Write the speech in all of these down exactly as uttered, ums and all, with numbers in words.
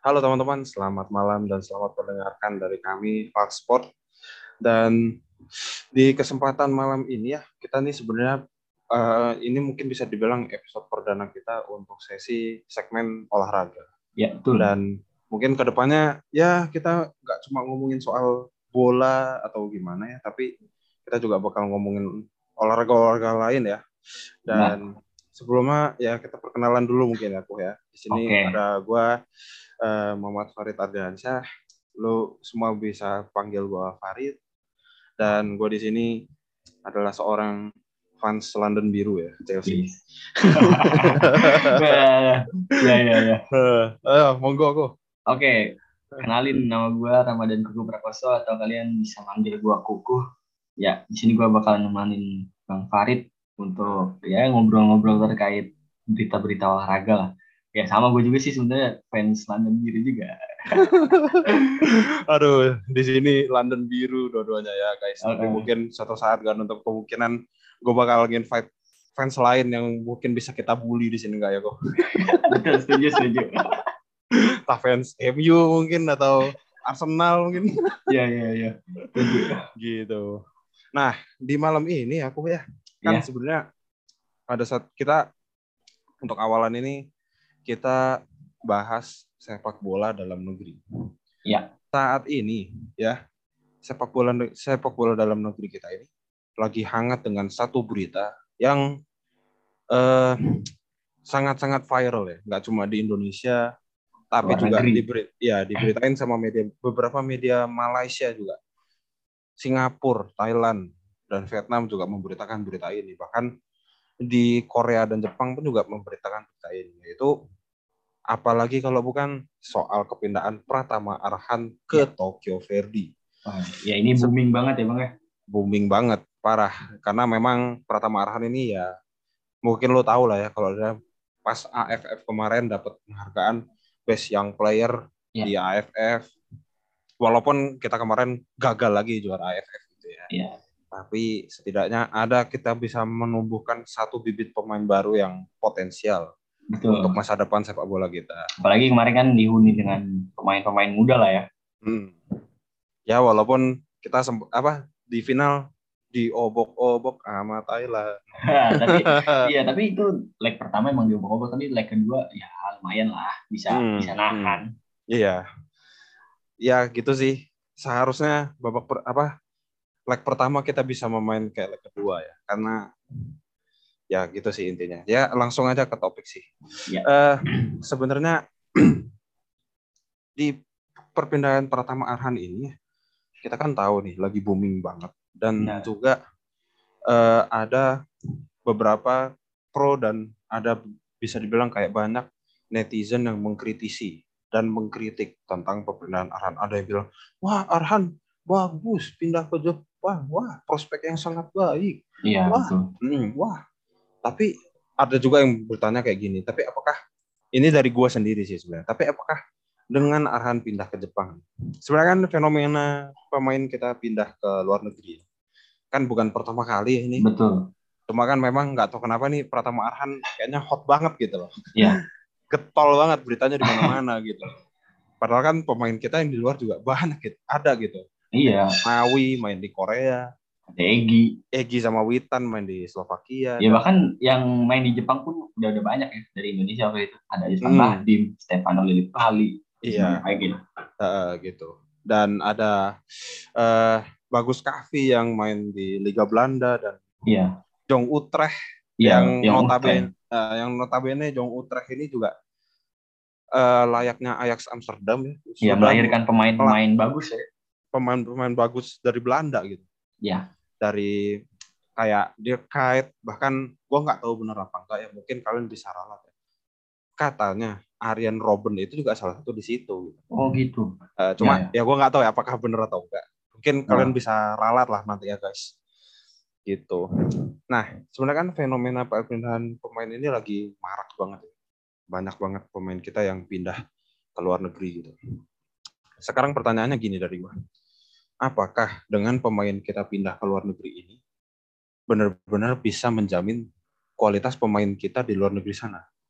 Halo teman-teman, selamat malam dan selamat mendengarkan dari kami Fox Sport. Dan di kesempatan malam ini ya, kita nih sebenarnya uh, ini mungkin bisa dibilang episode perdana kita untuk sesi segmen olahraga. Ya, betul. Dan mungkin kedepannya ya kita nggak cuma ngomongin soal bola atau gimana ya, tapi kita juga bakal ngomongin olahraga-olahraga lain ya. Dan nah. Sebelumnya ya kita perkenalan dulu mungkin aku ya. Di sini Oke. ada gue uh, Muhammad Farid Ardiansyah. Lu semua bisa panggil gue Farid. Dan gue di sini adalah seorang fans London Biru ya, Chelsea. ya ya ya. Ayo, monggo aku. Oke, kenalin nama gue Ramadan Kuku Prakoso atau kalian bisa manggil gue Kuku. Ya, di sini gue bakal nemanin Bang Farid untuk ya ngobrol-ngobrol terkait berita-berita olahraga lah. Ya sama gue juga sih sebenarnya fans London Biru juga. Aduh, di sini London Biru dua-duanya ya guys. Okay. Tapi mungkin suatu saat kan untuk kemungkinan gue bakal invite fans lain yang mungkin bisa kita bully di sini nggak ya kok? Betul, setuju setuju. Entah fans M U mungkin atau Arsenal mungkin. Iya iya iya. Gitu. Nah, di malam ini aku ya kan yeah. sebenarnya pada saat kita untuk awalan ini kita bahas sepak bola dalam negeri. Iya. Saat ini ya sepak bola sepak bola dalam negeri kita ini lagi hangat dengan satu berita yang eh, sangat-sangat viral ya, nggak cuma di Indonesia tapi luar juga diber, ya diberitain sama media beberapa media Malaysia juga, Singapura, Thailand dan Vietnam juga memberitakan berita ini. Bahkan di Korea dan Jepang pun juga memberitakan berita ini. Yaitu apalagi kalau bukan soal kepindahan Pratama Arhan ke ya. Tokyo Verdy. Oh, ya ini booming Se- banget ya Bang ya. Booming banget, parah. Karena memang Pratama Arhan ini ya mungkin lo tahu lah ya kalau dia pas A F F kemarin dapat penghargaan Best Young Player ya. Di A F F. Walaupun kita kemarin gagal lagi juara A F F gitu ya. Ya. Tapi setidaknya ada kita bisa menumbuhkan satu bibit pemain baru yang potensial. Betul. Untuk masa depan sepak bola kita. Apalagi kemarin kan dihuni dengan pemain-pemain muda lah ya. Hmm. Ya walaupun kita semp- apa di final diobok-obok sama Thailand. tapi iya tapi itu leg pertama emang diobok-obok, tapi leg kedua ya lumayan lah bisa hmm. bisa nahan. Hmm. Iya. Ya gitu sih. Seharusnya babak per, apa leg pertama kita bisa memain kayak leg kedua ya. Karena ya gitu sih intinya. Ya langsung aja ke topik sih. Ya. Uh, sebenarnya di perpindahan Pratama Arhan ini kita kan tahu nih lagi booming banget dan nah. juga uh, ada beberapa pro dan ada bisa dibilang kayak banyak netizen yang mengkritisi dan mengkritik tentang perpindahan Arhan. Ada yang bilang, wah Arhan bagus pindah ke Jepang, wah prospek yang sangat baik. Iya, wah, hmm, wah. Tapi ada juga yang bertanya kayak gini, tapi apakah ini dari gua sendiri sih sebenarnya, tapi apakah dengan Arhan pindah ke Jepang, sebenarnya kan fenomena pemain kita pindah ke luar negeri kan bukan pertama kali ini. Betul. Cuma kan memang nggak tahu kenapa nih Pratama Arhan kayaknya hot banget gitu loh. Iya. Getol banget beritanya di mana-mana gitu. Padahal kan pemain kita yang di luar juga banyak gitu, ada gitu. Iya. Maui main di Korea. Ada Egi. Egi sama Witan main di Slovakia. Ya dan bahkan yang main di Jepang pun udah udah banyak ya dari Indonesia waktu itu. Ada Irfan hmm. Bahdim, Stefano Lillipali. Iya. Kayak gitu. Uh, gitu. Dan ada uh, Bagus Kahvi yang main di Liga Belanda dan iya. Jong Utrecht iya, yang, yang notabene uh, yang notabene Jong Utrecht ini juga uh, layaknya Ajax Amsterdam ya. Iya, melahirkan pemain-pemain bagus ya. Pemain-pemain bagus dari Belanda gitu. Iya. Dari kayak Dirk Kuyt, bahkan gue nggak tahu benar apa enggak ya, mungkin kalian bisa ralat ya. Katanya Arjen Robben itu juga salah satu di situ. Oh gitu. Uh, cuma ya, ya. ya gue nggak tahu ya apakah benar atau enggak. Mungkin oh. kalian bisa ralat lah nanti ya guys. Gitu. Nah, sebenarnya kan fenomena perpindahan pemain ini lagi marak banget. Banyak banget pemain kita yang pindah ke luar negeri gitu. Sekarang pertanyaannya gini dari gue. Apakah dengan pemain kita pindah ke luar negeri ini benar-benar bisa menjamin kualitas pemain kita di luar negeri sana?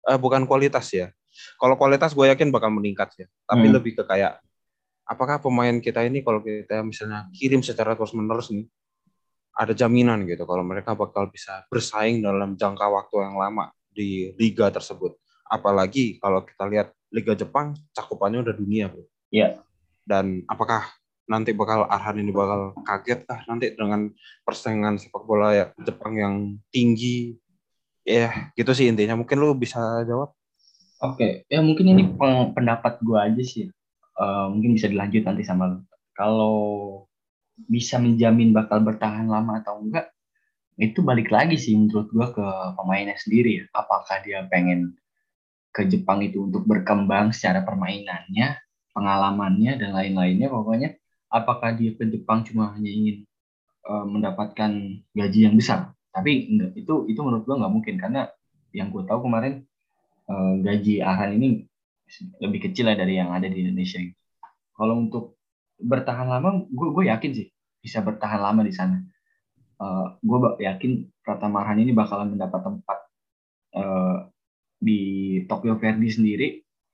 uh, bukan kualitas ya. Kalau kualitas gue yakin bakal meningkat ya. Tapi hmm. lebih ke kayak apakah pemain kita ini kalau kita misalnya kirim secara terus-menerus nih, ada jaminan gitu kalau mereka bakal bisa bersaing dalam jangka waktu yang lama di liga tersebut. Apalagi kalau kita lihat Liga Jepang cakupannya udah dunia, bro. Iya. Dan apakah nanti bakal Arhan ini bakal kaget kah nanti dengan persaingan sepak bola ya Jepang yang tinggi? Ya, gitu sih intinya. Mungkin lu bisa jawab. Oke, ya mungkin ini pendapat gue aja sih. Uh, mungkin bisa dilanjut nanti sama lu. Kalau bisa menjamin bakal bertahan lama atau enggak, itu balik lagi sih menurut gue ke pemainnya sendiri ya. Apakah dia pengen ke Jepang itu untuk berkembang secara permainannya, pengalamannya, dan lain-lainnya. Pokoknya apakah dia ke Jepang cuma hanya ingin uh, mendapatkan gaji yang besar. Tapi enggak, itu itu menurut gue nggak mungkin. Karena yang gue tahu kemarin uh, gaji Arhan ini lebih kecil lah dari yang ada di Indonesia. Kalau untuk bertahan lama, gue gue yakin sih bisa bertahan lama di sana. Uh, gue yakin Pratama Arhan ini bakalan mendapat tempat uh, di Tokyo Verdy sendiri.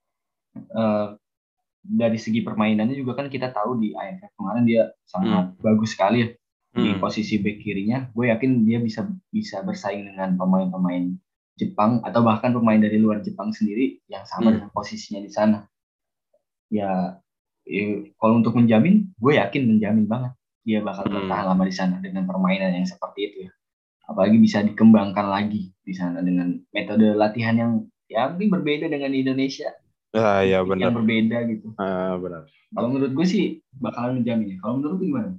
Uh, dari segi permainannya juga kan kita tahu di A F F kemarin dia sangat hmm. bagus sekali ya hmm. di posisi bek kirinya. Gue yakin dia bisa bisa bersaing dengan pemain-pemain Jepang atau bahkan pemain dari luar Jepang sendiri yang sama hmm. dengan posisinya di sana. Ya, ya kalau untuk menjamin, gue yakin menjamin banget dia bakal hmm. bertahan lama di sana dengan permainan yang seperti itu ya. Apalagi bisa dikembangkan lagi di sana dengan metode latihan yang ya mungkin berbeda dengan di Indonesia. Ah, ya benar. Yang berbeda gitu. Ah, benar. Kalau menurut gue sih bakalan menjamin. Kalau menurut gue gimana?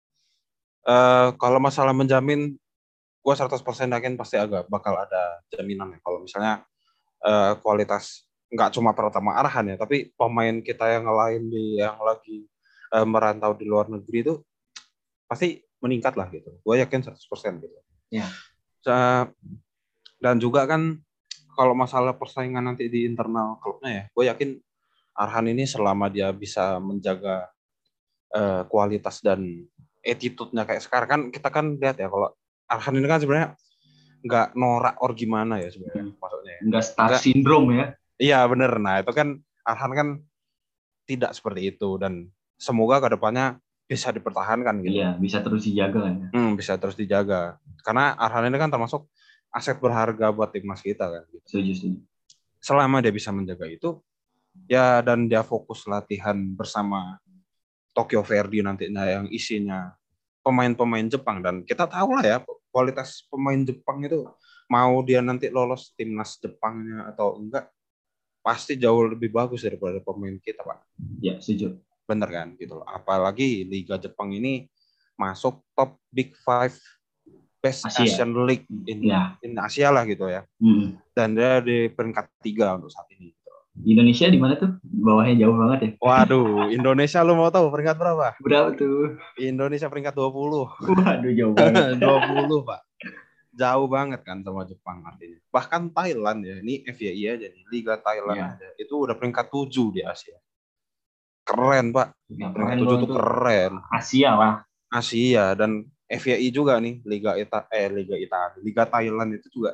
Uh, kalau masalah menjamin, gue seratus persen yakin pasti agak bakal ada jaminan ya. Kalau misalnya uh, kualitas nggak cuma Pratama Arhan ya, tapi pemain kita yang lain di yang lagi uh, merantau di luar negeri itu pasti meningkat lah gitu. Gue yakin seratus persen gitu. Ya. Uh, dan juga kan kalau masalah persaingan nanti di internal klubnya ya, gue yakin Arhan ini selama dia bisa menjaga uh, kualitas dan attitude-nya kayak sekarang kan kita kan lihat ya kalau Arhan ini kan sebenarnya nggak norak or gimana ya sebenarnya hmm. maksudnya. Nggak star syndrome ya. Iya bener, nah itu kan Arhan kan tidak seperti itu dan semoga kedepannya bisa dipertahankan gitu. Iya, bisa terus dijaga kan. Hmm, bisa terus dijaga. Karena Arhan ini kan termasuk aset berharga buat timnas kita kan. Gitu. Setuju, setuju. Selama dia bisa menjaga itu, ya dan dia fokus latihan bersama Tokyo Verdy nantinya yang isinya pemain-pemain Jepang dan kita tahu lah ya kualitas pemain Jepang itu mau dia nanti lolos timnas Jepangnya atau enggak pasti jauh lebih bagus daripada pemain kita, Pak. Ya, setuju. Bener kan gitu. Apalagi Liga Jepang ini masuk top Big Five Best Asia. Asian League in, ya. in Asia lah gitu ya. Hmm. Dan dia di peringkat tiga untuk saat ini. Indonesia di mana tuh? Bawahnya jauh banget ya. Waduh, Indonesia lu mau tahu peringkat berapa? Berapa tuh? Indonesia peringkat dua puluh. Waduh, jauh banget. dua puluh, Pak. Jauh banget kan sama Jepang artinya. Bahkan Thailand ya, ini F Y I aja nih, Liga Thailand ya. aja. Itu udah peringkat tujuh di Asia. Keren, Pak. Ya, peringkat tujuh tuh keren. Asia lah. Asia dan F Y I juga nih, Liga Ita eh Liga Italia, Liga Thailand itu juga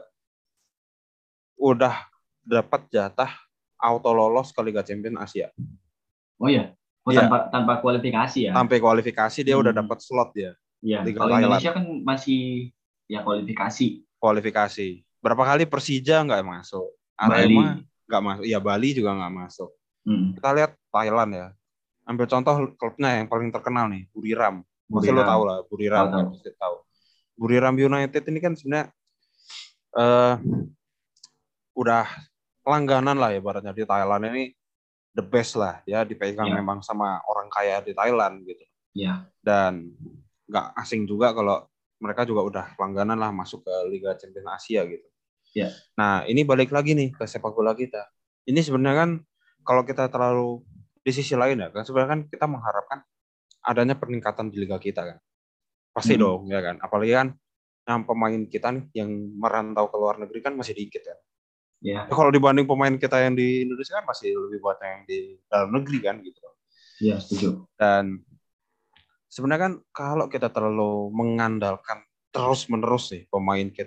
udah dapat jatah auto lolos ke Liga Champions Asia. Oh iya, oh, ya. tanpa tanpa kualifikasi ya. Tanpa kualifikasi dia hmm. udah dapat slot ya. Iya. Kalau Indonesia kan masih ya kualifikasi. Kualifikasi. Berapa kali Persija nggak masuk? Arema nggak masuk. Iya Bali juga nggak masuk. Hmm. Kita lihat Thailand ya. Ambil contoh klubnya yang paling terkenal nih, Buriram. Pasti lo tahu lah Buriram. Tahu. Pasti tahu. Buriram United ini kan sebenarnya uh, udah langganan lah ya ibaratnya di Thailand ini the best lah ya dipegang ya. Memang sama orang kaya di Thailand gitu. Ya. Dan nggak asing juga kalau mereka juga udah langganan lah masuk ke Liga Champions Asia gitu. Ya. Nah ini balik lagi nih ke sepak bola kita. Ini sebenarnya kan kalau kita terlalu di sisi lain ya kan sebenarnya kan kita mengharapkan adanya peningkatan di liga kita kan. Pasti hmm. dong ya kan. Apalagi kan yang pemain kita nih yang merantau ke luar negeri kan masih dikit ya. Ya. Kalau dibanding pemain kita yang di Indonesia kan masih lebih banyak yang di dalam negeri kan gitu. Iya, setuju. Dan sebenarnya kan kalau kita terlalu mengandalkan terus-menerus nih pemain kita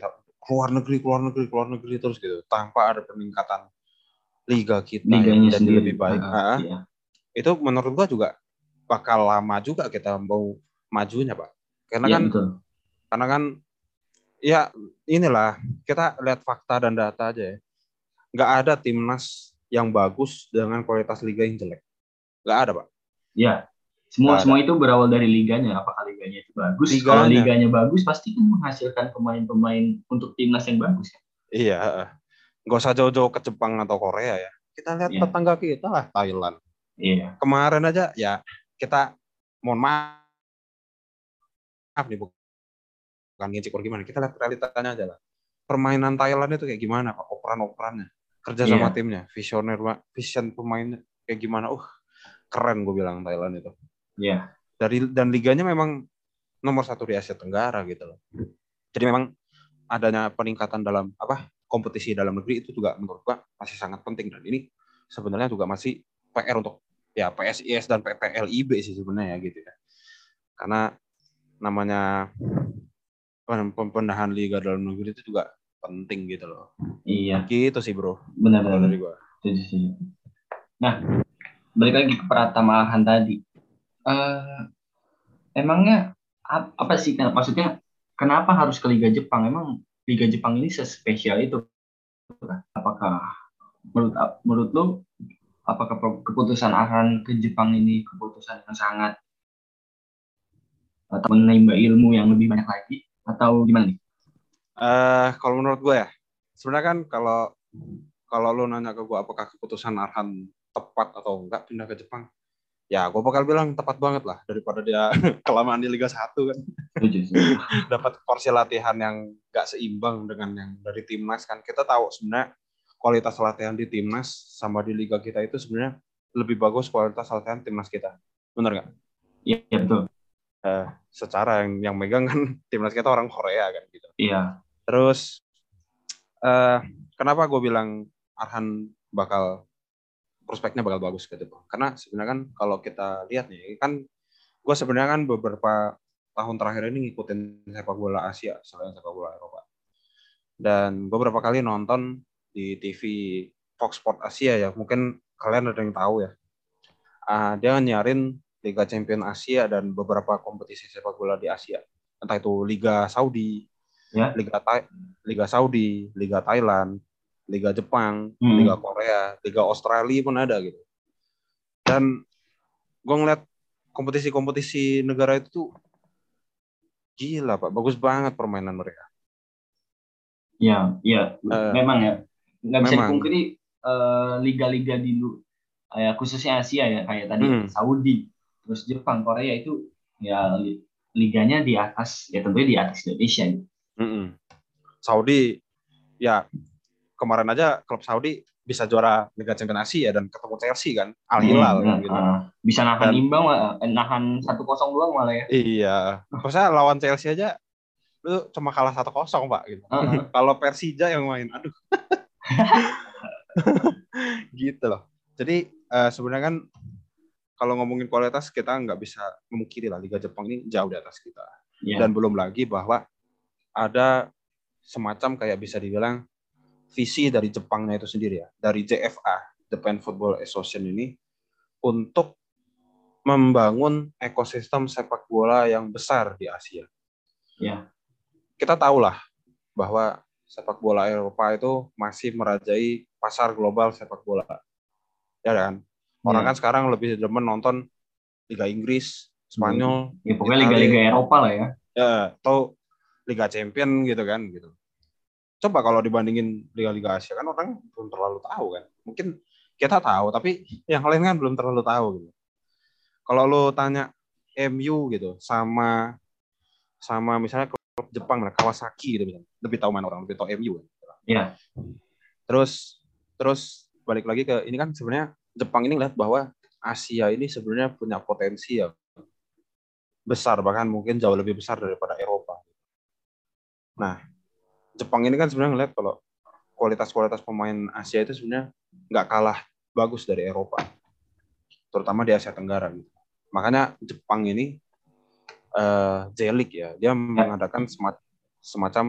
keluar negeri, keluar negeri, keluar negeri terus gitu, tanpa ada peningkatan liga kita yang liganya menjadi sendiri. lebih baik. Uh, Ah, iya. Itu menurut gua juga bakal lama juga kita mau majunya, Pak. Karena Iya, kan, betul. karena kan, ya inilah kita lihat fakta dan data aja ya. Nggak ada timnas yang bagus dengan kualitas liga yang jelek. Nggak ada, Pak. Iya. Semua Nggak ada. semua itu berawal dari liganya. Apakah liganya itu bagus? Kalau Liganya. liganya bagus, pasti kan menghasilkan pemain-pemain untuk timnas yang bagus. Iya. Nggak usah jauh-jauh ke Jepang atau Korea ya. Kita lihat Iya. tetangga kita lah, Thailand. Iya. Kemarin aja ya kita, mohon maaf nih, bukan ngicik gimana. Kita lihat realitanya aja lah. Permainan Thailand itu kayak gimana, Pak? Operan-operannya. Kerja sama Iya. timnya. Visioner, vision pemainnya kayak gimana. Uh, keren gue bilang Thailand itu. Iya. Dari, dan liganya memang nomor satu di Asia Tenggara gitu loh. Jadi memang adanya peningkatan dalam apa kompetisi dalam negeri itu juga menurut gua masih sangat penting, dan ini sebenarnya juga masih P R untuk ya P S I S dan P P L I B sih sebenarnya gitu ya. Karena namanya pembenahan liga dalam negeri itu juga penting gitu loh. Iya. Gitu sih, Bro. Benar-benar. Kalau dari gua. Nah, balik lagi ke Pratama Arhan tadi. Uh, emangnya apa sih, maksudnya kenapa harus ke Liga Jepang? Emang Liga Jepang ini sespesial itu? Apakah menurut menurut lu, apakah keputusan Arhan ke Jepang ini keputusan yang sangat atau menimba ilmu yang lebih banyak lagi, atau gimana nih? Uh, kalau menurut gue ya, sebenarnya kan kalau kalau lu nanya ke gue apakah keputusan Arhan tepat atau enggak pindah ke Jepang, ya gue bakal bilang tepat banget lah, daripada dia kelamaan di Liga satu kan. Dapat porsi latihan yang gak seimbang dengan yang dari timnas kan. Kita tahu sebenarnya kualitas latihan di timnas sama di Liga kita itu sebenarnya lebih bagus kualitas latihan timnas kita. Benar nggak? Iya, ya, betul. Uh, secara yang yang megang kan timnas kita orang Korea kan gitu. Iya. Terus uh, kenapa gue bilang Arhan bakal prospeknya bakal bagus ke Jepang? Karena sebenarnya kan kalau kita lihat nih kan, gue sebenarnya kan beberapa tahun terakhir ini ngikutin sepak bola Asia selain sepak bola Eropa. Dan beberapa kali nonton di T V Fox Sport Asia ya, mungkin kalian ada yang tahu ya. Uh, dia nyarin Liga Champion Asia dan beberapa kompetisi sepak bola di Asia. Entah itu Liga Saudi, ya. Liga Thai, Liga Saudi, Liga Thailand, Liga Jepang, hmm. Liga Korea, Liga Australia pun ada gitu. Dan gue ngeliat kompetisi-kompetisi negara itu tuh gila, Pak, bagus banget permainan mereka. Ya, ya, uh, memang ya, nggak bisa dipungkiri uh, liga-liga di uh, khususnya Asia ya, kayak tadi hmm. Saudi, terus Jepang, Korea itu ya liganya di atas, ya tentunya di atas Indonesia. Gitu. Hmm. Saudi, ya kemarin aja klub Saudi bisa juara Liga Champions Asia dan ketemu Chelsea kan, Al Hilal hmm, kan gitu. Uh, bisa nahan dan, imbang, eh, nahan satu kosong doang malah ya. Iya, maksudnya lawan Chelsea aja lu cuma kalah satu kosong, Pak gitu. Uh-huh. Kalau Persija yang main, aduh. Gitu loh. Jadi uh, sebenarnya kan kalau ngomongin kualitas kita nggak bisa memungkiri lah Liga Jepang ini jauh di atas kita. Yeah. Dan belum lagi bahwa ada semacam kayak bisa dibilang visi dari Jepangnya itu sendiri ya, dari J F A, Japan Football Association ini, untuk membangun ekosistem sepak bola yang besar di Asia. Ya. Kita tahulah bahwa sepak bola Eropa itu masih merajai pasar global sepak bola. Ya kan? Orang ya. Kan sekarang lebih demen nonton Liga Inggris, Spanyol, ya, pokoknya liga-liga Eropa lah ya. Ya, atau Liga Champion gitu kan gitu. Coba kalau dibandingin liga-liga Asia kan orang belum terlalu tahu kan. Mungkin kita tahu tapi yang lain kan belum terlalu tahu gitu. Kalau lo tanya M U gitu sama sama misalnya klub Jepang lah, Kawasaki gitu misalnya, lebih tahu mana orang, lebih tahu M U kan. Iya. Terus terus balik lagi ke ini kan sebenarnya Jepang ini lihat bahwa Asia ini sebenarnya punya potensi ya besar, bahkan mungkin jauh lebih besar daripada Eropa. Nah, Jepang ini kan sebenarnya ngeliat kalau kualitas-kualitas pemain Asia itu sebenarnya nggak kalah bagus dari Eropa, terutama di Asia Tenggara gitu. Makanya Jepang ini uh, J-League ya, dia mengadakan semacam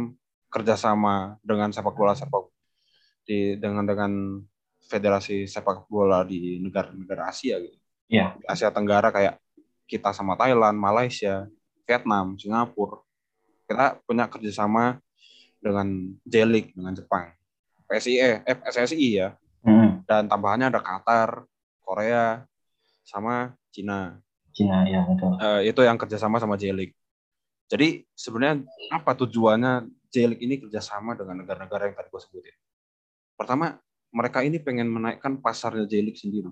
kerjasama dengan sepak bola sepak di dengan dengan federasi sepak bola di negara-negara Asia gitu. Iya. Di Asia Tenggara kayak kita sama Thailand, Malaysia, Vietnam, Singapura. Kita punya kerjasama dengan J-League, dengan Jepang. P S I, eh, P S S I ya. Hmm. Dan tambahannya ada Qatar, Korea, sama Cina. Cina, ya betul. Uh, itu yang kerjasama sama J-League. Jadi sebenarnya apa tujuannya J-League ini kerjasama dengan negara-negara yang tadi gue sebutin? Pertama, mereka ini pengen menaikkan pasarnya J-League sendiri.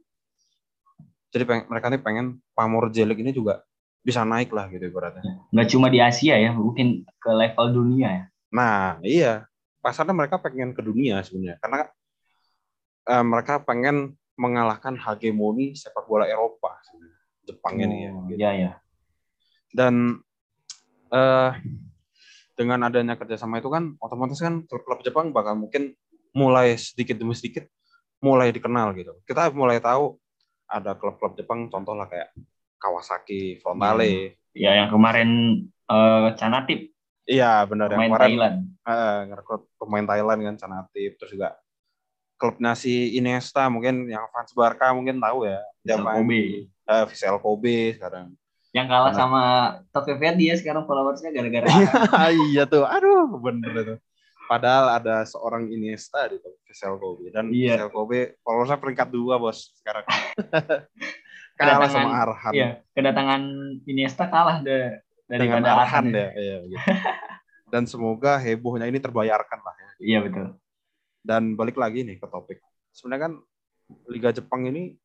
Jadi peng- mereka ini pengen pamor J-League ini juga bisa naik lah gitu ibaratnya. Nggak cuma di Asia ya, mungkin ke level dunia ya. Nah, iya. Pasarnya mereka pengen ke dunia sebenarnya. Karena uh, mereka pengen mengalahkan hegemoni sepak bola Eropa sebenarnya. Jepang oh, ini ya. Gitu. Ya, ya. Dan uh, dengan adanya kerjasama itu kan otomatis kan klub-klub Jepang bakal mungkin mulai sedikit demi sedikit mulai dikenal gitu. Kita mulai tahu ada klub-klub Jepang contoh lah kayak Kawasaki Frontale. Ya, ya yang kemarin uh, Canatip. Iya benar yang kemarin Thailand. Uh, ngerekrut pemain Thailand kan Canatip, terus juga klubnya si Iniesta mungkin yang fans Barca mungkin tahu ya. Vissel Kobe. Uh, Vissel Kobe sekarang. Yang kalah Karena... sama Tokyo Verdy ya sekarang followersnya gara-gara iya tuh, aduh bener tuh. Padahal ada seorang Iniesta di Vissel Kobe dan iya. Vissel Kobe followersnya peringkat dua bos sekarang. Kalah sama Arhan. Iya, kedatangan Iniesta kalah deh dengan Arhan ya. Iya, gitu. Dan semoga hebohnya ini terbayarkan lah ya. Iya betul. Dan balik lagi nih ke topik. Sebenarnya kan Liga Jepang ini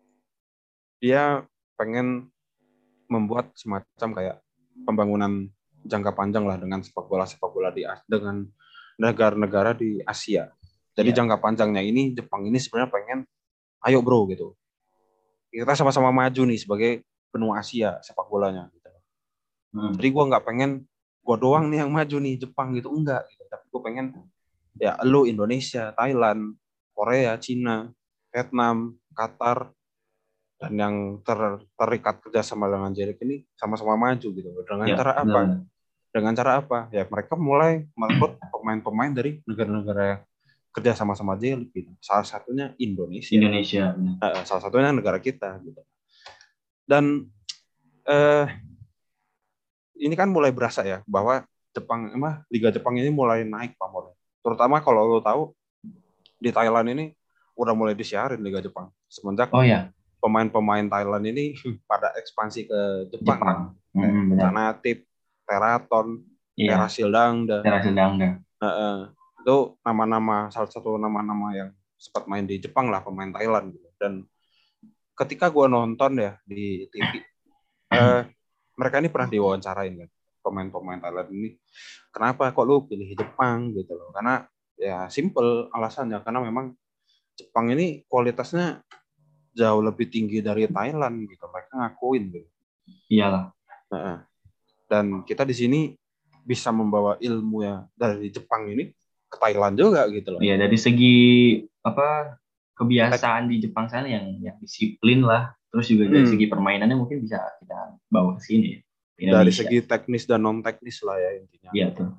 dia pengen membuat semacam kayak pembangunan jangka panjang lah dengan sepak bola sepak bola di dengan negara-negara di Asia. Jadi yeah. jangka panjangnya ini Jepang ini sebenarnya pengen, ayo bro gitu, kita sama-sama maju nih sebagai benua Asia sepak bolanya. Gitu. Hmm. Jadi gue nggak pengen gue doang nih yang maju nih Jepang gitu, enggak. Gitu. Tapi gue pengen ya lu Indonesia, Thailand, Korea, Cina, Vietnam, Qatar dan yang ter, terikat kerjasama dengan J-League ini sama-sama maju gitu. Dengan ya, cara apa? Benar. Dengan cara apa? Ya mereka mulai merekrut pemain-pemain dari negara-negara yang kerja sama-sama J-League gitu. Salah satunya Indonesia. Indonesia. Uh, salah satunya negara kita gitu. Dan uh, ini kan mulai berasa ya bahwa Jepang, emang Liga Jepang ini mulai naik pamornya. Terutama kalau lo tahu di Thailand ini udah mulai disiarin Liga Jepang semenjak. Oh ya. Pemain-pemain Thailand ini pada ekspansi ke Jepang, Jepang. Kan? Hmm, Canatip, Teraton, iya. Terasil Dangda. Terasil Dangda. Uh, uh, itu nama-nama salah satu nama-nama yang sempat main di Jepang lah pemain Thailand gitu. Dan ketika gue nonton ya di T V, uh, mereka ini pernah diwawancarain kan pemain-pemain Thailand ini, kenapa kok lu pilih Jepang gitu loh? Karena ya simple alasannya, karena memang Jepang ini kualitasnya jauh lebih tinggi dari Thailand gitu, mereka ngakuin gitu. Iyalah. Nah, dan kita di sini bisa membawa ilmu ya dari Jepang ini ke Thailand juga gitu loh. Iya, dari segi apa kebiasaan di Jepang sana yang yang disiplin lah, terus juga dari hmm. segi permainannya mungkin bisa kita bawa ke sini. Dari segi teknis dan non teknis lah ya intinya. Iya tuh.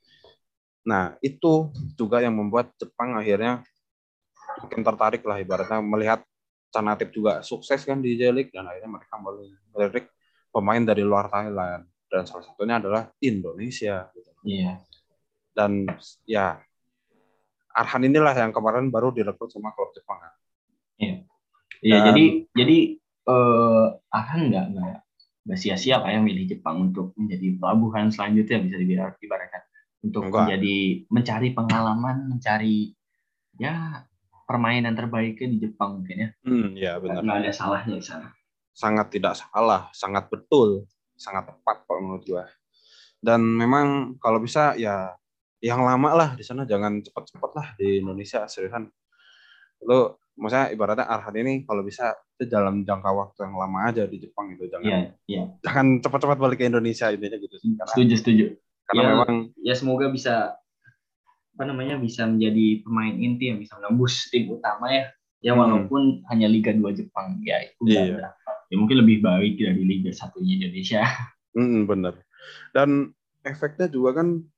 Nah itu juga yang membuat Jepang akhirnya mungkin tertarik lah ibaratnya melihat Canatip juga sukses kan di J-League dan akhirnya mereka melirik pemain dari luar Thailand dan salah satunya adalah Indonesia. Gitu. Iya. Dan ya Arhan inilah yang kemarin baru direkrut sama klub Jepang kan. Iya. Iya dan, jadi jadi uh, Arhan nggak nggak nggak sia-sia kayak milih Jepang untuk menjadi pelabuhan selanjutnya bisa diibaratkan untuk enggak. menjadi mencari pengalaman mencari ya permainan terbaiknya di Jepang mungkin ya. Hmm, ya benar. Nggak ada salahnya di sana. Sangat tidak salah, sangat betul, sangat tepat kalau menurut gua. Dan memang kalau bisa ya yang lama lah di sana, jangan cepat-cepat lah di Indonesia seriusan. Lo maksudnya ibaratnya Arhan ini kalau bisa itu dalam jangka waktu yang lama aja di Jepang gitu, jangan yeah, yeah. jangan cepat-cepat balik ke Indonesia intinya gitu. Karena, setuju setuju. Karena ya, memang ya semoga bisa apa namanya bisa menjadi pemain inti yang bisa menembus tim utama ya. Ya walaupun hmm. hanya Liga dua Jepang ya itu iya. udah ya mungkin lebih baik dari Liga satu Indonesia. Hmm, benar. Dan efeknya juga kan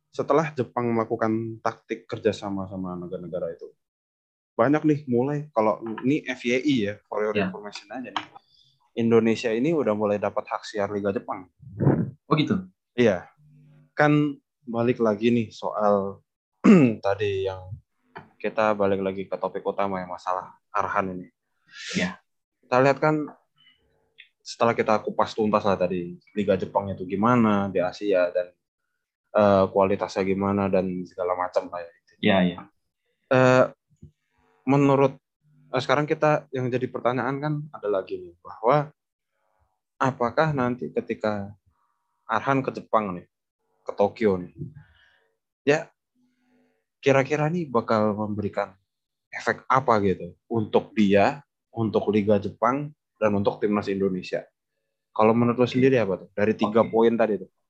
setelah Jepang melakukan taktik kerjasama sama negara-negara itu, banyak nih mulai, kalau ini F Y I ya, for your Ya. information aja nih, Indonesia ini udah mulai dapat hak siar Liga Jepang. Oh gitu. Iya, kan balik lagi nih soal tadi yang kita balik lagi ke topik utama yang masalah Arhan ini. Ya. Kita lihat kan setelah kita kupas tuntas lah tadi Liga Jepang itu gimana di Asia dan uh, kualitasnya gimana dan segala macam lah ya. Ya, ya. Uh, menurut uh, sekarang kita yang jadi pertanyaan kan ada lagi nih bahwa apakah nanti ketika Arhan ke Jepang nih, ke Tokyo nih, ya kira-kira nih bakal memberikan efek apa gitu untuk dia, untuk Liga Jepang, dan untuk timnas Indonesia. Kalau menurut lo Oke. sendiri apa tuh? Dari tiga Oke. poin tadi tuh.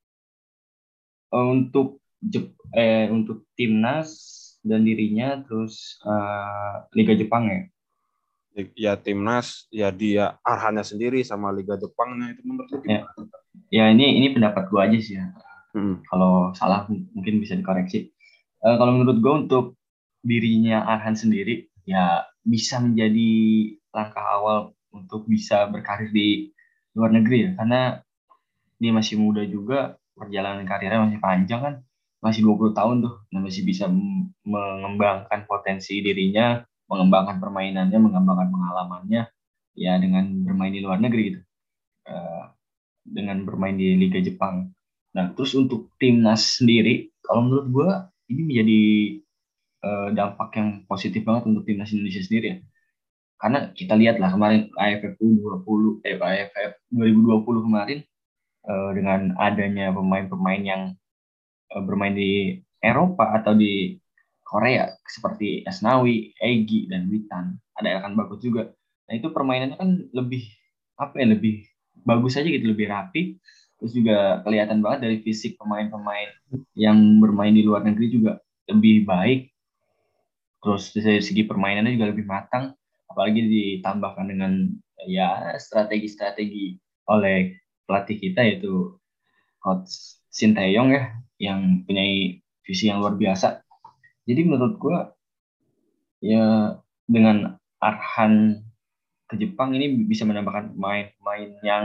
Untuk Jep eh untuk timnas dan dirinya, terus eh, Liga Jepang ya. Ya timnas, ya dia Arhannya sendiri sama Liga Jepangnya itu menurut lo Ya, gimana? ya ini ini pendapat gua aja sih ya. Hmm. Kalau salah mungkin bisa dikoreksi. Eh, kalau menurut gua untuk dirinya Arhan sendiri ya bisa menjadi langkah awal untuk bisa berkarir di luar negeri ya, karena dia masih muda juga, perjalanan karirnya masih panjang kan, masih dua puluh tahun tuh, dan masih bisa m- mengembangkan potensi dirinya, mengembangkan permainannya, mengembangkan pengalamannya ya dengan bermain di luar negeri gitu. Eh, dengan bermain di Liga Jepang. Nah, terus untuk timnas sendiri, kalau menurut gue ini menjadi eh, dampak yang positif banget untuk timnas Indonesia sendiri ya. Karena kita lihat lah kemarin A F F U dua puluh, eh A F F dua ribu dua puluh kemarin, eh, dengan adanya pemain-pemain yang eh, bermain di Eropa atau di Korea seperti Asnawi, Egi, dan Witan. Ada Elkan Bagus juga. Nah, itu permainannya kan lebih apa ya, lebih bagus aja gitu, lebih rapi. Terus juga kelihatan banget dari fisik pemain-pemain yang bermain di luar negeri juga lebih baik. Terus dari segi permainannya juga lebih matang. Apalagi ditambahkan dengan ya strategi-strategi oleh pelatih kita, yaitu Coach Sinteyong ya, yang punya visi yang luar biasa. Jadi menurut gue ya dengan Arhan ke Jepang ini bisa menambahkan pemain-pemain yang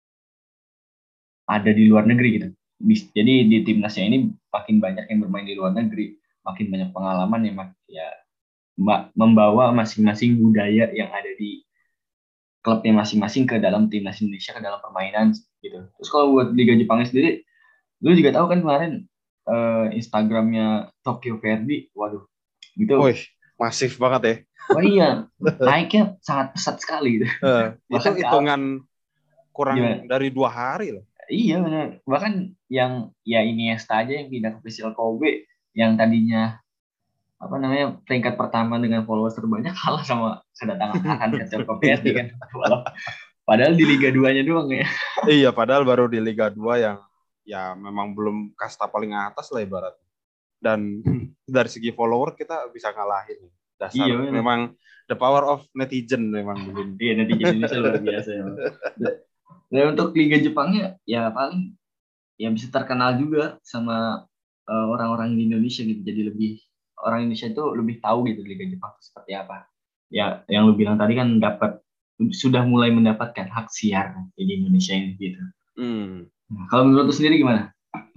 ada di luar negeri gitu. Jadi di timnasnya ini makin banyak yang bermain di luar negeri, makin banyak pengalaman yang mak- ya membawa masing-masing budaya yang ada di klubnya masing-masing ke dalam timnas Indonesia, ke dalam permainan gitu. Terus kalau buat Liga Jepangnya sendiri, lu juga tahu kan kemarin eh, Instagramnya Tokyo Verdy, waduh, gitu. Wih, masif banget ya. Wah iya, naiknya sangat pesat sekali gitu. Uh, itu Bahkan kal hitungan kurang gimana? dari dua hari loh. Iya benar. Bahkan yang ya Iniesta aja yang pindah ke Vissel Kobe, yang tadinya apa namanya peringkat pertama dengan followers terbanyak, kalah sama kedatangan Arhan ke Celko Verdy Iya. kan. Walau padahal di Liga dua-nya doang ya. Iya, padahal baru di Liga dua yang ya memang belum kasta paling atas lah ibaratnya. Dan dari segi follower kita bisa ngalahin. Iya Dasar benar. memang the power of netizen memang di sini. Iya, netizen Indonesia luar biasa ya. Dan untuk Liga Jepangnya ya paling ya bisa terkenal juga sama eh, orang-orang di Indonesia gitu. Jadi lebih orang Indonesia itu lebih tahu gitu Liga Jepang itu seperti apa. Ya, yang lu bilang tadi kan dapat sudah mulai mendapatkan hak siar di Indonesia ini gitu. Hmm. Nah, kalau menurut lu sendiri gimana?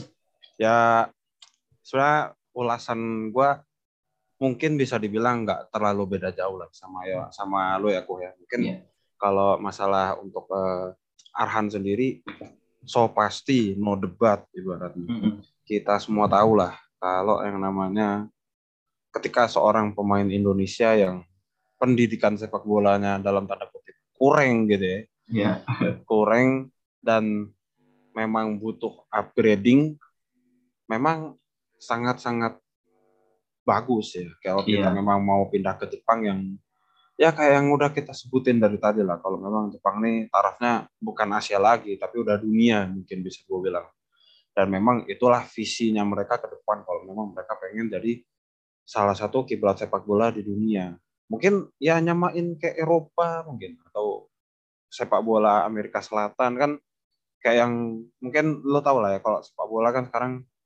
Ya, sebenarnya ulasan gue mungkin bisa dibilang nggak terlalu beda jauh lah sama ya sama lo ya, Ko ya. Mungkin Iya. kalau masalah untuk uh, Arhan sendiri, so pasti no debat ibaratnya. Mm-mm. Kita semua tahu lah kalau yang namanya ketika seorang pemain Indonesia yang pendidikan sepak bolanya dalam tanda kutip kurang gitu ya, Iya. kurang dan memang butuh upgrading, memang sangat-sangat bagus ya. Kalau kita Iya. memang mau pindah ke Jepang yang ya kayak yang udah kita sebutin dari tadi lah. Kalau memang Jepang ini tarafnya bukan Asia lagi, tapi udah dunia mungkin bisa gue bilang. Dan memang itulah visinya mereka ke depan kalau memang mereka pengen jadi salah satu kiblat sepak bola di dunia. Mungkin ya nyamain kayak Eropa mungkin atau sepak bola Amerika Selatan kan kayak yang mungkin lo tau lah ya kalau sepak bola kan sekarang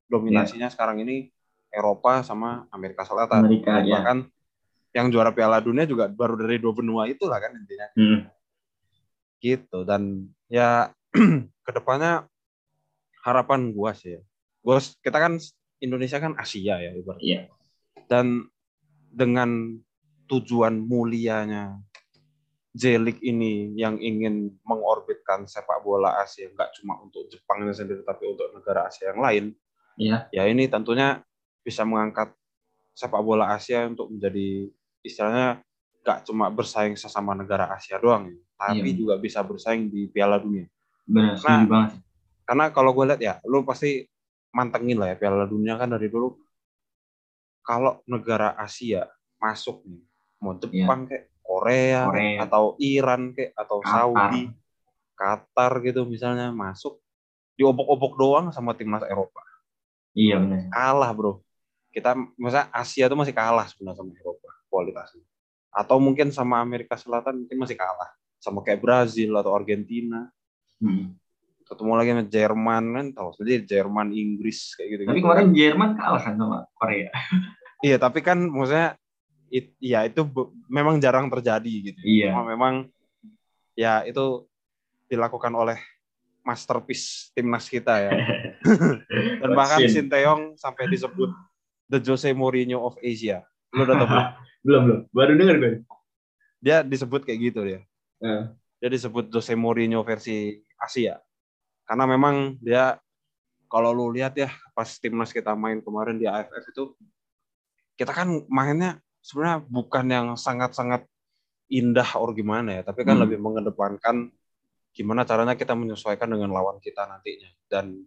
dominasinya yeah. sekarang ini Eropa sama Amerika Selatan. Amerika, dan ya. bahkan yang juara Piala Dunia juga baru dari dua benua itulah kan intinya. Hmm. Gitu. Dan ya kedepannya harapan gua sih ya. Gua, kita kan Indonesia kan Asia ya ibaratnya. Yeah. Dan dengan tujuan mulianya J-League ini yang ingin mengorbitkan sepak bola Asia, nggak cuma untuk Jepangnya sendiri, tapi untuk negara Asia yang lain. Iya. Ya ini tentunya bisa mengangkat sepak bola Asia untuk menjadi istilahnya nggak cuma bersaing sesama negara Asia doang, tapi iya. juga bisa bersaing di Piala Dunia. Benar, setuju nah, banget. Karena kalau gue lihat ya, lu pasti mantengin lah ya Piala Dunia kan dari dulu. Kalau negara Asia masuk nih, mau Jepang iya. kayak Korea, Korea. atau Iran kayak atau Qatar. Saudi, Qatar gitu misalnya masuk diobok-obok doang sama timnas Eropa. Iya benar. Kalah bro. Kita masa Asia tuh masih kalah sebenarnya sama Eropa kualitasnya. Atau mungkin sama Amerika Selatan mungkin masih kalah sama kayak Brazil atau Argentina. Hmm. Ketemu lagi sama Jerman kan, tahu sendiri Jerman, Inggris kayak gitu. Tapi kemarin kan. Jerman kalah kan sama Korea. Iya, tapi kan maksudnya It, ya itu be, memang jarang terjadi gitu. Iya. Cuma memang ya itu dilakukan oleh masterpiece timnas kita ya. Dan bahkan Sinteyong sampai disebut the Jose Mourinho of Asia. Lu udah tahu belum? belum belum. Baru dengar gue. Dia disebut kayak gitu dia. Uh. Dia disebut Jose Mourinho versi Asia. Karena memang dia kalau lu lihat ya pas timnas kita main kemarin di A F F itu kita kan mainnya sebenarnya bukan yang sangat-sangat indah or gimana ya, tapi kan hmm. lebih mengedepankan gimana caranya kita menyesuaikan dengan lawan kita nantinya dan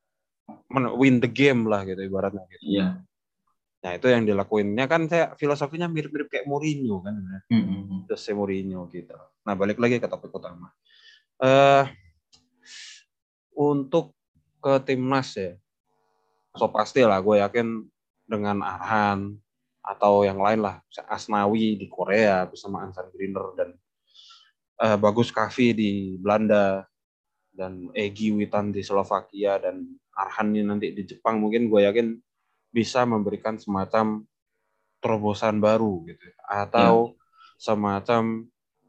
win the game lah gitu ibaratnya gitu. Iya. Nah itu yang dilakuinnya kan saya filosofinya mirip-mirip kayak Mourinho kan, hmm. Jose Mourinho gitu. Nah balik lagi ke topik utama. Uh, untuk ke timnas ya, so pasti lah gue yakin dengan Arhan atau yang lain lah, Asnawi di Korea bersama Ansan Griner dan uh, Bagus Kavi di Belanda dan Egy Witan di Slovakia dan Arhan ini nanti di Jepang mungkin gue yakin bisa memberikan semacam terobosan baru gitu atau ya. semacam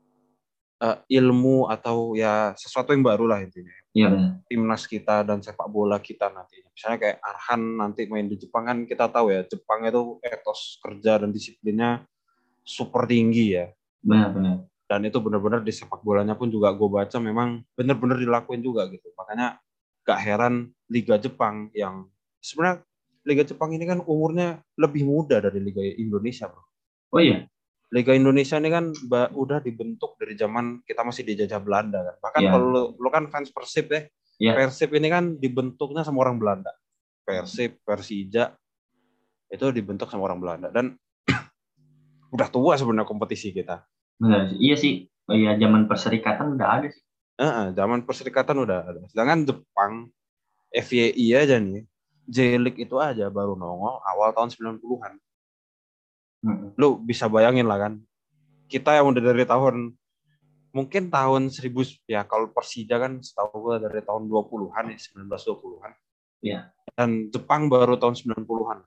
uh, ilmu atau ya sesuatu yang baru lah intinya. Ya. Timnas kita dan sepak bola kita nantinya. Misalnya kayak Arhan nanti main di Jepang kan kita tahu ya Jepang itu etos kerja dan disiplinnya super tinggi ya. Benar-benar. Dan itu benar-benar di sepak bolanya pun juga gue baca memang benar-benar dilakuin juga gitu. Makanya gak heran Liga Jepang yang sebenarnya Liga Jepang ini kan umurnya lebih muda dari Liga Indonesia bro. Oh iya? Liga Indonesia ini kan udah dibentuk dari zaman kita masih dijajah Belanda kan. Bahkan yeah. kalau lo, lo kan fans Persib ya. Yeah. Persib ini kan dibentuknya sama orang Belanda. Persib, Persija itu dibentuk sama orang Belanda dan udah tua sebenarnya kompetisi kita. Benar, iya sih. Oh iya, zaman perserikatan udah ada sih. Uh, zaman perserikatan udah ada. Sedangkan Jepang F Y I aja nih, J-League itu aja baru nongol awal tahun sembilan puluhan. Hmm. Lu bisa bayangin lah kan. Kita yang udah dari tahun mungkin tahun seribu ya kalau Persija kan setahu gue dari tahun dua puluhan ya, sembilan belas dua puluhan. Iya. Dan Jepang baru tahun sembilan puluhan.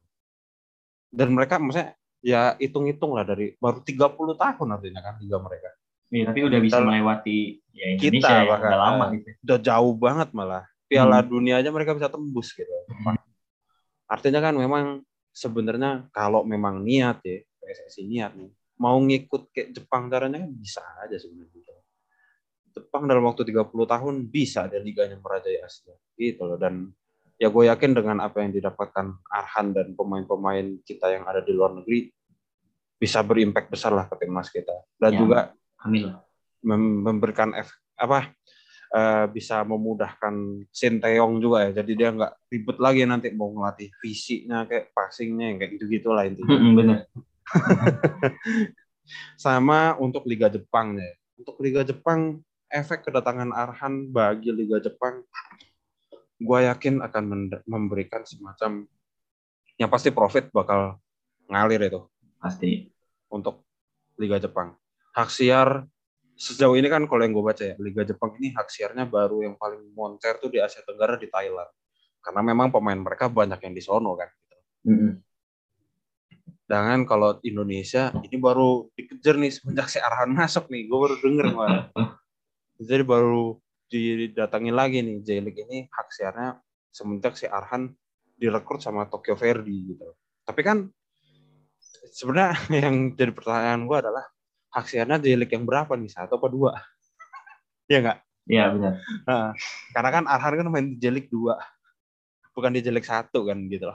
Dan mereka maksudnya ya hitung-hitung lah dari baru tiga puluh tahun artinya kan liga mereka. Iya, tapi udah bisa Dan melewati ya Indonesia kita, yang bahkan, udah lama uh, gitu. Udah jauh banget malah. Piala hmm. dunia aja mereka bisa tembus gitu. Hmm. Artinya kan memang sebenarnya kalau memang niat ya, P S S I niat nih, mau ngikut kayak Jepang caranya kan bisa aja sebenarnya. Jepang dalam waktu tiga puluh tahun bisa ada liganya merajai Asia. Gitu loh. Dan ya gue yakin dengan apa yang didapatkan Arhan dan pemain-pemain kita yang ada di luar negeri bisa berimpact besar lah ke timnas kita. Dan ya, juga amin. memberikan efek apa uh, bisa memudahkan Sinteyong juga ya. Jadi dia nggak ribet lagi nanti mau ngelatih fisiknya kayak passingnya kayak gitu-gitu lah intinya. Benar. Sama untuk Liga Jepang ya. Untuk Liga Jepang efek kedatangan Arhan bagi Liga Jepang gue yakin akan memberikan semacam yang pasti profit bakal ngalir itu. Pasti. Untuk Liga Jepang. Hak siar sejauh ini kan kalau yang gue baca ya, Liga Jepang ini hak siarnya baru yang paling moncer tuh di Asia Tenggara di Thailand. karena memang pemain mereka banyak yang di sono kan. Mm-hmm. Dengan kalau Indonesia ini baru dikejar nih semenjak si Arhan masuk nih, gue baru denger kemarin. Jadi baru didatangin lagi nih J-League ini hak siarnya semenjak si Arhan direkrut sama Tokyo Verdy gitu. Tapi kan sebenarnya yang jadi pertanyaan gue adalah hak siarnya J-League yang berapa nih, satu apa dua? Iya nggak? Iya benar. Nah, karena kan Arhan kan main di J-League dua, bukan di J-League satu kan gitu loh.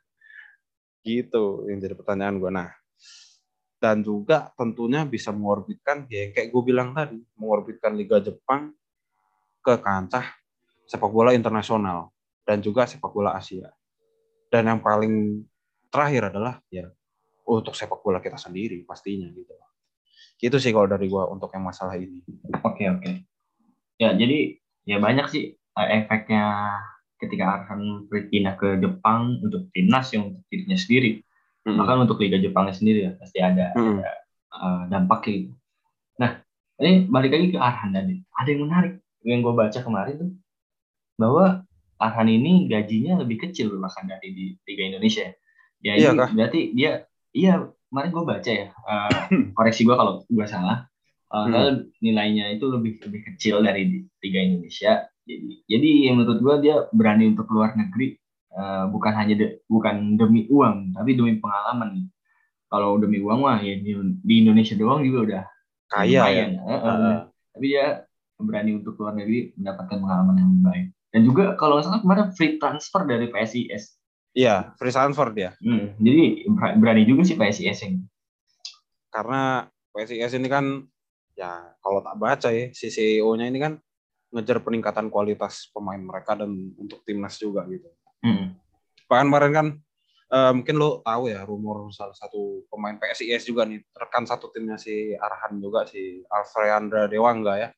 Gitu yang jadi pertanyaan gue. Nah, dan juga tentunya bisa mengorbitkan ya kayak gue bilang tadi, mengorbitkan Liga Jepang ke kancah sepak bola internasional dan juga sepak bola Asia. Dan yang paling terakhir adalah ya untuk sepak bola kita sendiri pastinya gitu. Gitu sih kalau dari gue untuk yang masalah ini. Oke oke. Ya jadi ya banyak sih efeknya ketika Arhan pindah ke Jepang untuk timnas yang untuk dirinya sendiri. Mm-hmm. Bahkan untuk Liga Jepangnya sendiri ya pasti ada, mm-hmm. ada uh, dampaknya gitu. Nah, ini balik lagi ke Arhan tadi. Ada yang menarik yang gue baca kemarin tuh bahwa Arhan ini gajinya lebih kecil bahkan dari di Liga Indonesia. Ya ini iya, berarti dia iya kemarin gue baca ya. Uh, koreksi gue kalau gue salah. Uh, hmm. Nilainya itu lebih lebih kecil dari di Liga Indonesia. Jadi jadi menurut gue dia berani untuk keluar negeri. Uh, bukan hanya de, bukan demi uang, tapi demi pengalaman. Kalau demi uang mah ya di, di Indonesia doang juga udah kaya lumayan. Ya. Uh, uh, uh. Tapi dia berani untuk keluar negeri mendapatkan pengalaman yang lebih baik. Dan juga kalau nggak salah kemarin free transfer dari P S I S. Iya, free transfer dia. Hmm, jadi berani juga sih P S I S ini. Karena P S I S ini kan ya kalau tak baca ya si C E O-nya ini kan ngejar peningkatan kualitas pemain mereka dan untuk timnas juga gitu. Hmm. Bahkan kemarin kan uh, mungkin lo tahu ya rumor salah satu pemain P S I S juga nih rekan satu timnya si Arhan juga si Alfreandra Dewangga ya.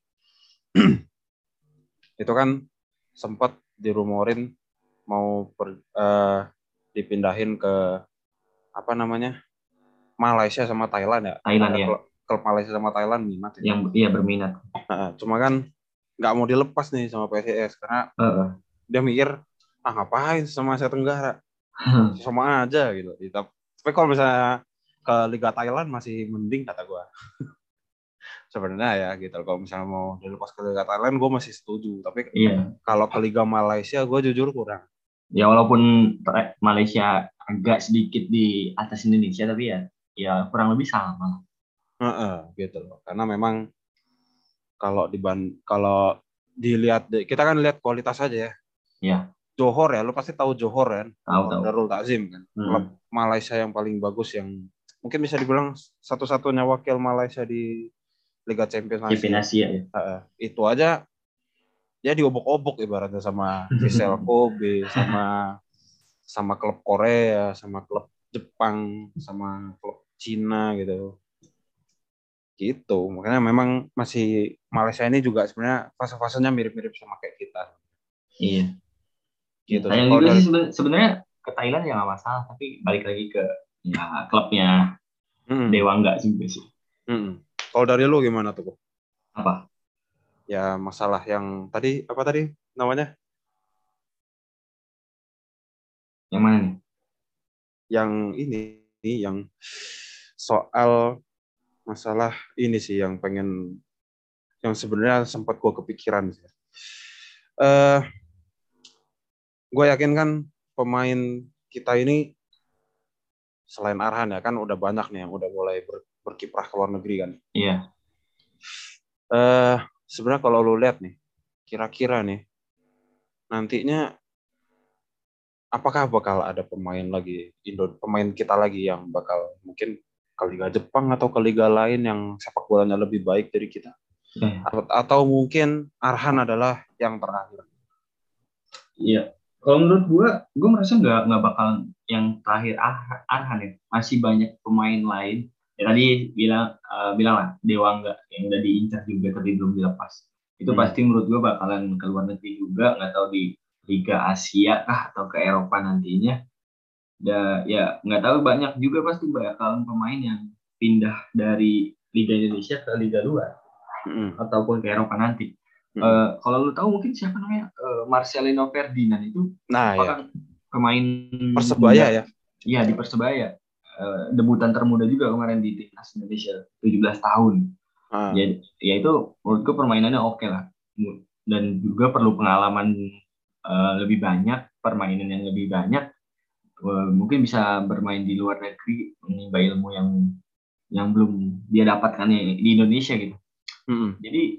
Itu kan sempat dirumorin mau per, uh, dipindahin ke apa namanya Malaysia sama Thailand ya. Thailand ya. Klub Malaysia sama Thailand minat ya. Yang iya berminat. Nah, cuma kan nggak mau dilepas nih sama P S I S karena uh-uh. dia mikir ah ngapain sama Asia Tenggara sama aja gitu. Tapi kalau misalnya ke Liga Thailand masih mending kata gue. Sebenarnya ya gitu. Kalau misalnya mau dilepas ke Liga Thailand gue masih setuju. Tapi iya. Kalau ke Liga Malaysia gue jujur kurang. Ya walaupun Malaysia agak sedikit di atas Indonesia tapi ya ya kurang lebih sama. Uh-uh, gitu loh. Karena memang kalau diban kalau dilihat kita kan lihat kualitas aja ya. Iya. Johor ya, lu pasti tahu Johor kan? Tahu tahu. Darul Takzim kan. Hmm. Klub Malaysia yang paling bagus yang mungkin bisa dibilang satu-satunya wakil Malaysia di Liga Champions Asia. Ya. Uh, itu aja ya diobok-obok ibaratnya sama Vissel Kobe, sama sama klub Korea, sama klub Jepang, sama klub Cina gitu. Gitu. Makanya memang masih Malaysia ini juga sebenarnya fase-fasenya mirip-mirip sama kayak kita. Iya. Gitu. Sayang juga dari... sih sebenarnya ke Thailand ya nggak masalah, tapi balik lagi ke ya klubnya hmm. Dewangga juga sih. Hmm. Kalau dari lu gimana tuh? Apa? Ya masalah yang tadi apa tadi namanya? Yang mana nih? Yang ini, yang soal masalah ini sih yang pengen, yang sebenarnya sempat gue kepikiran sih. Uh, gue yakin kan pemain kita ini selain Arhan ya kan udah banyak nih yang udah mulai ber, berkiprah ke luar negeri kan. Iya. Uh, sebenarnya kalau lu lihat nih, kira-kira nih nantinya apakah bakal ada pemain lagi Indo, pemain kita lagi yang bakal mungkin ke Liga Jepang atau ke liga lain yang sepak bolanya lebih baik dari kita? Yeah. Atau mungkin Arhan adalah yang terakhir? Iya. Kalau menurut gue, gue merasa nggak nggak bakal yang terakhir Arhan ya. Masih banyak pemain lain. Ya tadi bilang uh, bilang lah Dewangga yang udah diincar juga tapi belum dilepas. Itu hmm. pasti menurut gue bakalan ke luar negeri juga, nggak tahu di Liga Asia kah atau ke Eropa nantinya. Da, ya nggak tahu banyak juga pasti bakalan pemain yang pindah dari Liga Indonesia ke Liga luar hmm. ataupun ke Eropa nanti. Hmm. Uh, kalau lu tahu mungkin siapa namanya uh, Marcelino Ferdinand itu Nah ya, merupakan pemain Persebaya muda. ya. Iya di Persebaya. Uh, debutan termuda juga kemarin di timnas Indonesia tujuh belas tahun. Ah. Ya, ya itu menurutku permainannya oke lah. Dan juga perlu pengalaman uh, lebih banyak, permainan yang lebih banyak. Uh, mungkin bisa bermain di luar negeri, menimba ilmu yang yang belum dia dapatkan di Indonesia gitu. Hmm. Jadi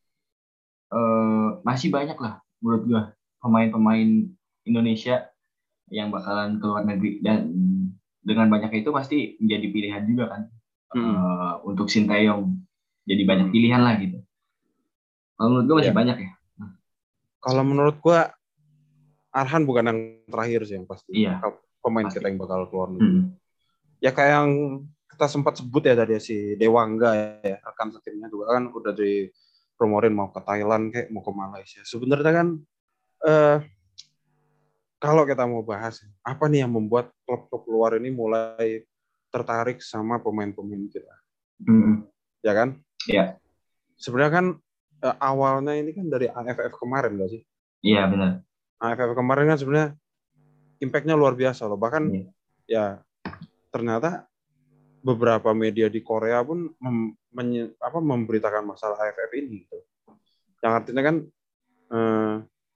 uh, masih banyak lah menurut gua pemain-pemain Indonesia yang bakalan ke luar negeri, dan dengan banyaknya itu pasti menjadi pilihan juga kan Hmm. uh, untuk Sinteyong, jadi banyak pilihan lah gitu. Kalau menurut gua masih Ya. banyak ya. Kalau menurut gua Arhan bukan yang terakhir sih yang pasti. Iya, Pemain pasti. kita yang bakal keluar negeri. Hmm. Ya kayak yang kita sempat sebut ya tadi si Dewangga ya, rekan setimnya juga kan udah dipromorin mau ke Thailand kayak mau ke Malaysia. Sebenarnya kan eh, kalau kita mau bahas apa nih yang membuat klub-klub luar ini mulai tertarik sama pemain-pemain kita. Hmm. Ya kan? Iya. Sebenarnya kan eh, awalnya ini kan dari A F F kemarin nggak sih? Iya benar. A F F kemarin kan sebenarnya impact-nya luar biasa loh. Bahkan Iya. ya ternyata beberapa media di Korea pun mem, menye, apa, memberitakan masalah A F F ini gitu. Yang artinya kan eh,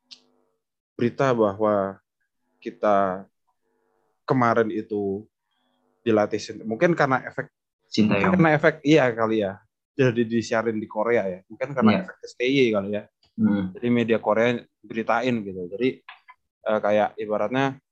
berita bahwa kita kemarin itu dilatih, mungkin karena efek mungkin Sinteyong. karena efek iya kali ya, jadi disiarin di Korea ya, mungkin karena Iya. efek S T Y kali ya. Hmm. Jadi media Korea beritain gitu. Jadi eh, kayak ibaratnya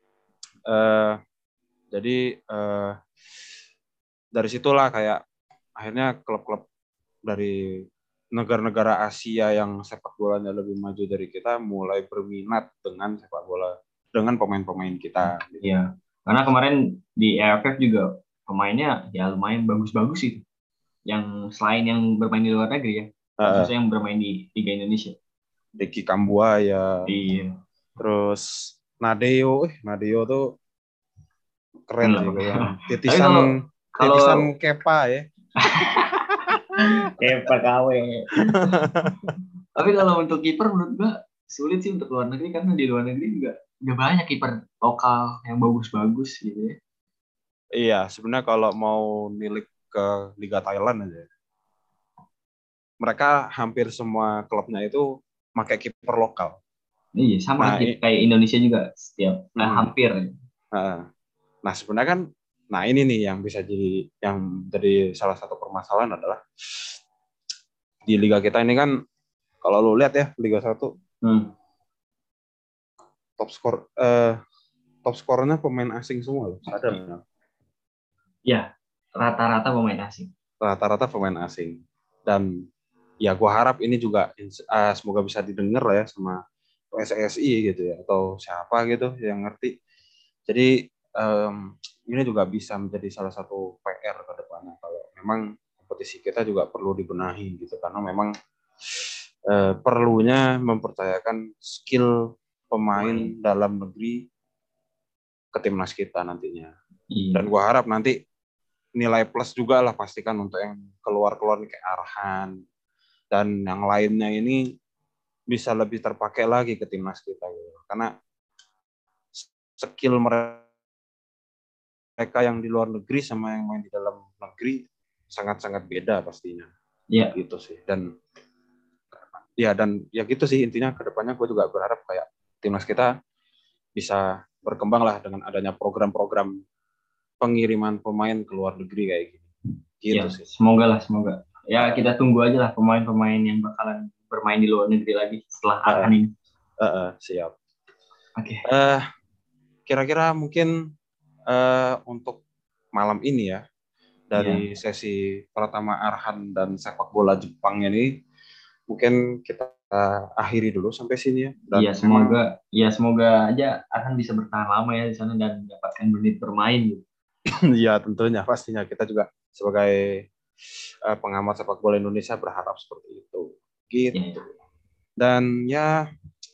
eh, jadi eh, dari situlah kayak akhirnya klub-klub dari negara-negara Asia yang sepak bolanya lebih maju dari kita mulai berminat dengan sepak bola, dengan pemain-pemain kita. Iya. Karena kemarin di A F F juga pemainnya ya lumayan bagus-bagus itu. Yang selain yang bermain di luar negeri ya, Uh, khususnya yang bermain di Liga Indonesia. Deki Kambuaya, Iya. terus Nadeo, eh Nadeo tuh keren Enggak. sih, kayak Tapi titisan kalau kalau titisan Kepa ya. Kepa K W. Tapi kalau untuk kiper menurut gua sulit sih untuk luar negeri, karena di luar negeri juga udah banyak kiper lokal yang bagus-bagus gitu ya. Iya, sebenarnya kalau mau nilik ke Liga Thailand aja, mereka hampir semua klubnya itu pakai kiper lokal. Iya, sama Nah, kan kayak Indonesia juga setiap eh, mm, hampir. nah, nah sebenarnya kan, nah ini nih yang bisa jadi yang jadi salah satu permasalahan adalah di liga kita ini kan, kalau lu lihat ya Liga satu, Hmm. top skor eh, top skornya pemain asing semua loh, sadar nggak? Ya, rata-rata pemain asing. Rata-rata pemain asing. Dan ya gue harap ini juga uh, semoga bisa didengar lah ya sama P S S I gitu ya, atau siapa gitu yang ngerti. Jadi um, ini juga bisa menjadi salah satu P R ke depannya, kalau memang kompetisi kita juga perlu dibenahi gitu, karena memang uh, perlunya mempercayakan skill pemain Pemain. dalam negeri ke timnas kita nantinya. Iya. Dan gue harap nanti nilai plus juga lah pastikan untuk yang keluar-keluar kayak Arhan dan yang lainnya ini bisa lebih terpakai lagi ke timnas kita gitu. Karena skill mereka yang di luar negeri sama yang main di dalam negeri sangat-sangat beda pastinya. Iya. Gitu sih. Dan ya dan ya gitu sih intinya, kedepannya gue juga berharap kayak timnas kita bisa berkembang lah dengan adanya program-program pengiriman pemain ke luar negeri kayak gini. Gitu Ya, sih. semoga lah, semoga. Ya, Uh, kita tunggu aja lah pemain-pemain yang bakalan bermain di luar negeri lagi setelah uh, Arhan ini. uh, uh, siap. Oke. Okay. Uh, kira-kira mungkin uh, untuk malam ini ya, dari yeah. sesi pertama Arhan dan sepak bola Jepang ini, mungkin kita akhiri dulu sampai sini ya. Iya, semoga memang, ya semoga aja Arhan bisa bertahan lama ya di sana dan mendapatkan menit bermain gitu. Iya, tentunya pastinya kita juga sebagai uh, pengamat sepak bola Indonesia berharap seperti itu. Gitu. Ya. Dan ya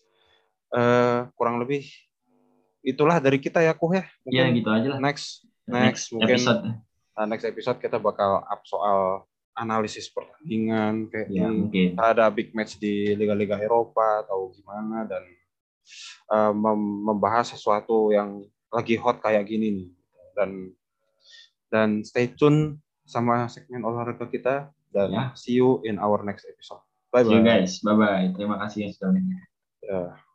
uh, kurang lebih itulah dari kita ya, Kuh ya. Mungkin ya gitu aja lah. Next next, next mungkin episode. Uh, next episode kita bakal up soal analisis pertandingan kayak Ya, di, mungkin. ada big match di liga-liga Eropa atau gimana, dan uh, mem- membahas sesuatu yang lagi hot kayak gini nih. Dan dan stay tune sama segmen olahraga kita, dan Ya. see you in our next episode. Bye See you bye. guys. Bye bye. Terima kasih yang sudah menonton. Ya.